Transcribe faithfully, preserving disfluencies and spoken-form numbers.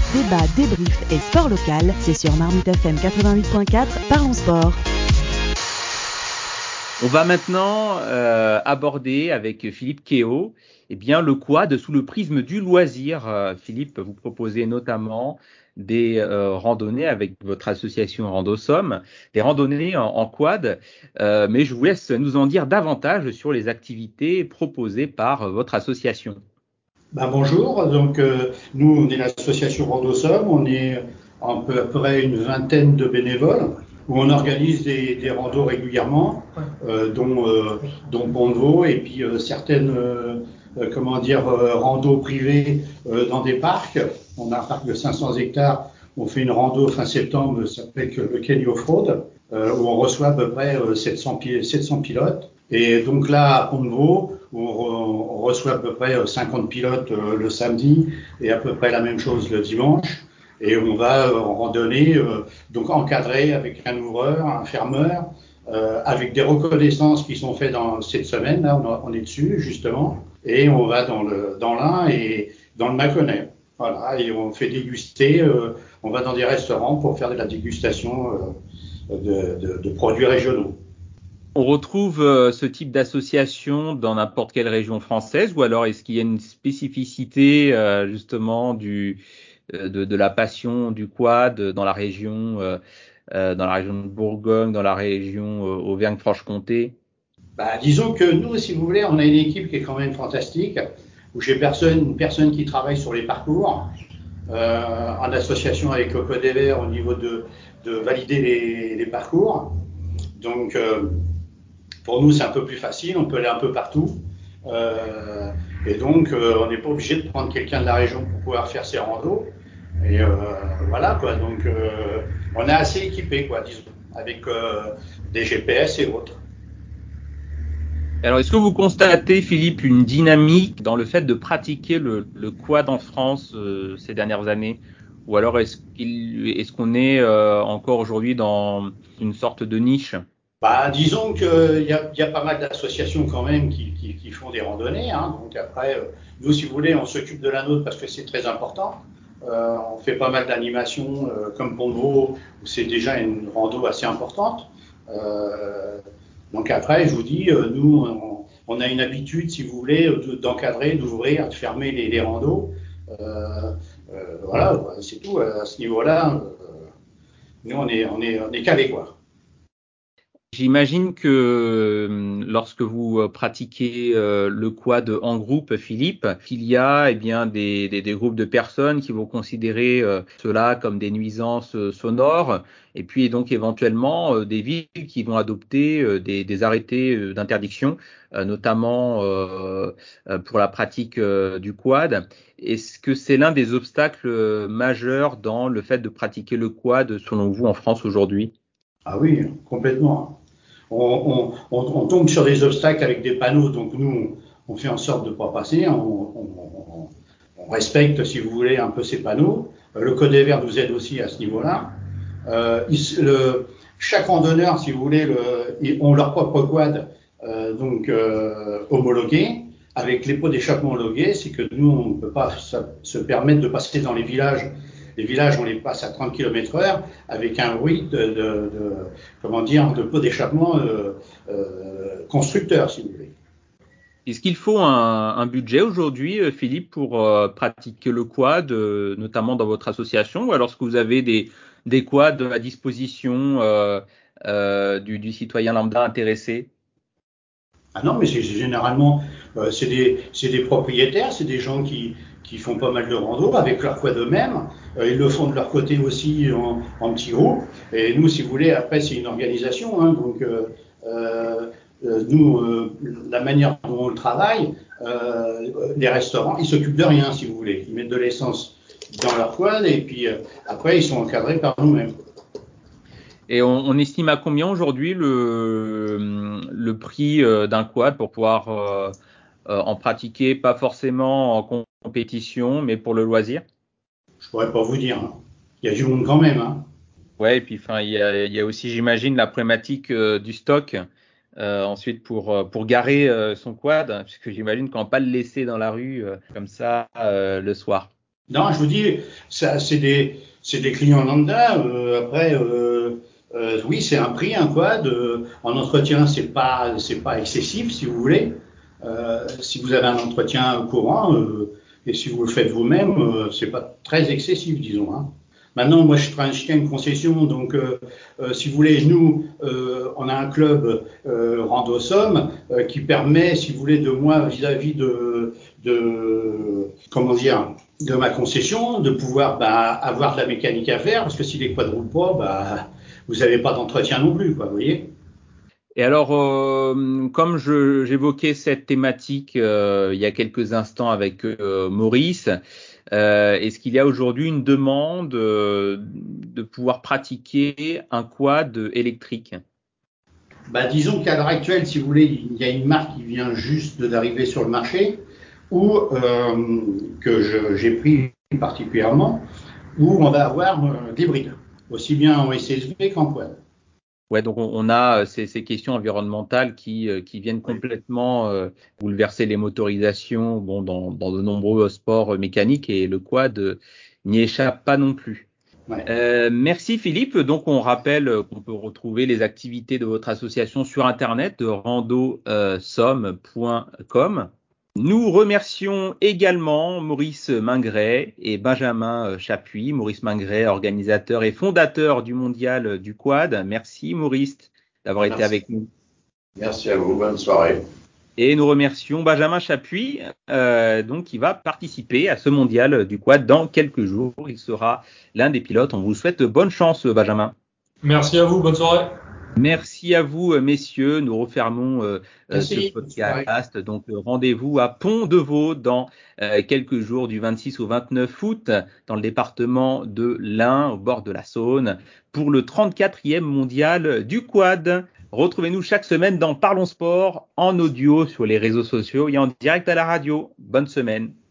Débat, débrief et sport local, c'est sur Marmite F M quatre-vingt-huit virgule quatre, parlons sport. On va maintenant euh, aborder avec Philippe Kéo eh bien, le quad sous le prisme du loisir. Euh, Philippe, vous proposez notamment des euh, randonnées avec votre association Randosomme, des randonnées en, en quad, euh, mais je vous laisse nous en dire davantage sur les activités proposées par euh, votre association. Ben bonjour, donc euh, nous on est l'association Randosomme, on est à peu près une vingtaine de bénévoles où on organise des, des randos régulièrement, euh, dont, euh, dont Pont-de-Vaux et puis euh, certaines euh, euh, comment dire euh, randos privés euh, dans des parcs. On a un parc de cinq cents hectares, on fait une rando fin septembre, ça s'appelle le Kenny Off-Road, euh, où on reçoit à peu près euh, sept cents, sept cents pilotes. Et donc là, à Pont-de-Vaux, où on reçoit à peu près cinquante pilotes le samedi et à peu près la même chose le dimanche. Et on va en randonnée, donc encadré avec un ouvreur, un fermeur, euh, avec des reconnaissances qui sont faites dans cette semaine. Là, on, est dessus justement, et on va dans le dans l'Ain et dans le Mâconnais. Voilà, et on fait déguster. Euh, on va dans des restaurants pour faire de la dégustation euh, de, de, de produits régionaux. On retrouve euh, ce type d'association dans n'importe quelle région française, ou alors est-ce qu'il y a une spécificité euh, justement du, euh, de, de la passion du quad dans la région, euh, euh, dans la région de Bourgogne, dans la région euh, Auvergne-Franche-Comté? Bah, disons que nous, si vous voulez, on a une équipe qui est quand même fantastique, où j'ai personne, une personne qui travaille sur les parcours, euh, en association avec le Code des Verts au niveau de, de valider les, les parcours. Donc, euh, pour nous, c'est un peu plus facile, on peut aller un peu partout. Euh, et donc, euh, on n'est pas obligé de prendre quelqu'un de la région pour pouvoir faire ses randos. Et euh, voilà, quoi. Donc, euh, on est assez équipé, quoi, disons, avec euh, des G P S et autres. Alors, est-ce que vous constatez, Philippe, une dynamique dans le fait de pratiquer le, le quad en France euh, ces dernières années? Ou alors est-ce qu'il, est-ce qu'on est euh, encore aujourd'hui dans une sorte de niche? Bah, disons qu'il y a, y a pas mal d'associations quand même qui, qui, qui font des randonnées. Hein. Donc après, euh, nous, si vous voulez, on s'occupe de la nôtre parce que c'est très important. Euh, on fait pas mal d'animations euh, comme Pont-de-Vaux, où c'est déjà une rando assez importante. Euh, donc après, je vous dis, euh, nous, on, on a une habitude, si vous voulez, de, d'encadrer, d'ouvrir, de fermer les, les randos. Euh, euh, voilà, c'est tout. À ce niveau-là, euh, nous, on est, on est, on est calé, quoi. J'imagine que euh, lorsque vous euh, pratiquez euh, le quad en groupe, Philippe, qu'il y a eh bien des, des, des groupes de personnes qui vont considérer euh, cela comme des nuisances euh, sonores, et puis donc éventuellement euh, des villes qui vont adopter euh, des, des arrêtés euh, d'interdiction, euh, notamment euh, euh, pour la pratique euh, du quad. Est-ce que c'est l'un des obstacles euh, majeurs dans le fait de pratiquer le quad selon vous en France aujourd'hui? Ah oui, complètement. On, on, on, on tombe sur des obstacles avec des panneaux, donc nous, on fait en sorte de ne pas passer. On, on, on, respecte, si vous voulez, un peu ces panneaux. Le Code des Verts nous aide aussi à ce niveau-là. Euh, le, chaque randonneur, si vous voulez, le, ils ont leur propre quad, euh, donc euh, homologué, avec les pots d'échappement homologués. C'est que nous, on ne peut pas se permettre de passer dans les villages. Les villages, on les passe à trente kilomètres heure avec un bruit de, de, de comment dire, de pots d'échappement euh, euh, constructeur, si vous voulez. Est-ce qu'il faut un, un budget aujourd'hui, euh, Philippe, pour euh, pratiquer le quad, euh, notamment dans votre association, ou alors est-ce que vous avez des, des quads à disposition euh, euh, du, du citoyen lambda intéressé? Ah non, mais c'est généralement, euh, c'est des, c'est des propriétaires, c'est des gens qui, qui font pas mal de rando avec leur quad eux-mêmes. Euh, ils le font de leur côté aussi en, en petits groupes. Et nous, si vous voulez, après, c'est une organisation. Hein, donc, euh, euh, nous, euh, la manière dont on le travaille, euh, les restaurants, ils s'occupent de rien, si vous voulez. Ils mettent de l'essence dans leur quad et puis euh, après, ils sont encadrés par nous-mêmes. Et on, on estime à combien aujourd'hui le, le prix euh, d'un quad pour pouvoir euh, euh, en pratiquer, pas forcément en compétition, mais pour le loisir? Je pourrais pas vous dire. Hein. Il y a du monde quand même. Hein. Ouais, et puis enfin, il y a, il y a aussi, j'imagine, la problématique euh, du stock. Euh, ensuite, pour euh, pour garer euh, son quad, puisque j'imagine qu'on va pas le laisser dans la rue euh, comme ça euh, le soir. Non, je vous dis, ça, c'est des, c'est des clients lambda. Euh, après, euh, euh, oui, c'est un prix, un quad. Euh, en entretien, c'est pas, c'est pas excessif, si vous voulez. Euh, si vous avez un entretien courant euh, et si vous le faites vous-même, euh, c'est pas très excessif, disons. Hein. Maintenant, moi, je travaille chez une concession, donc euh, euh, si vous voulez, nous, euh, on a un club euh, Rando Somme euh, qui permet, si vous voulez, de moi vis-à-vis de, de, comment dire, de ma concession, de pouvoir bah, avoir de la mécanique à faire, parce que si les quads roulent pas, bah, vous n'avez pas d'entretien non plus, quoi, vous voyez. Et alors, euh, comme je, j'évoquais cette thématique euh, il y a quelques instants avec euh, Maurice, euh, est-ce qu'il y a aujourd'hui une demande euh, de pouvoir pratiquer un quad électrique? Bah, disons qu'à l'heure actuelle, si vous voulez, il y a une marque qui vient juste d'arriver sur le marché, ou euh, que je, j'ai pris particulièrement, où on va avoir euh, l'hybride, aussi bien en S S V qu'en quad. Ouais, donc on, on a euh, ces, ces questions environnementales qui, euh, qui viennent Oui. complètement euh, bouleverser les motorisations bon, dans, dans de nombreux sports mécaniques et le quad euh, n'y échappe pas non plus. Ouais. Euh, merci Philippe. Donc on rappelle qu'on peut retrouver les activités de votre association sur internet rando somme point com. Nous remercions également Maurice Mingret et Benjamin Chapuis. Maurice Mingret, organisateur et fondateur du Mondial du Quad. Merci Maurice d'avoir été Merci. avec nous. Merci à vous, bonne soirée. Et nous remercions Benjamin Chapuis, euh, donc qui va participer à ce mondial du quad dans quelques jours. Il sera l'un des pilotes. On vous souhaite bonne chance, Benjamin. Merci à vous, bonne soirée. Merci à vous, messieurs. Nous refermons euh, ce Merci. podcast. Donc, rendez-vous à Pont-de-Vaux dans euh, quelques jours, du vingt-six au vingt-neuf août, dans le département de l'Ain, au bord de la Saône, pour le trente-quatrième mondial du quad. Retrouvez-nous chaque semaine dans Parlons Sport, en audio sur les réseaux sociaux et en direct à la radio. Bonne semaine.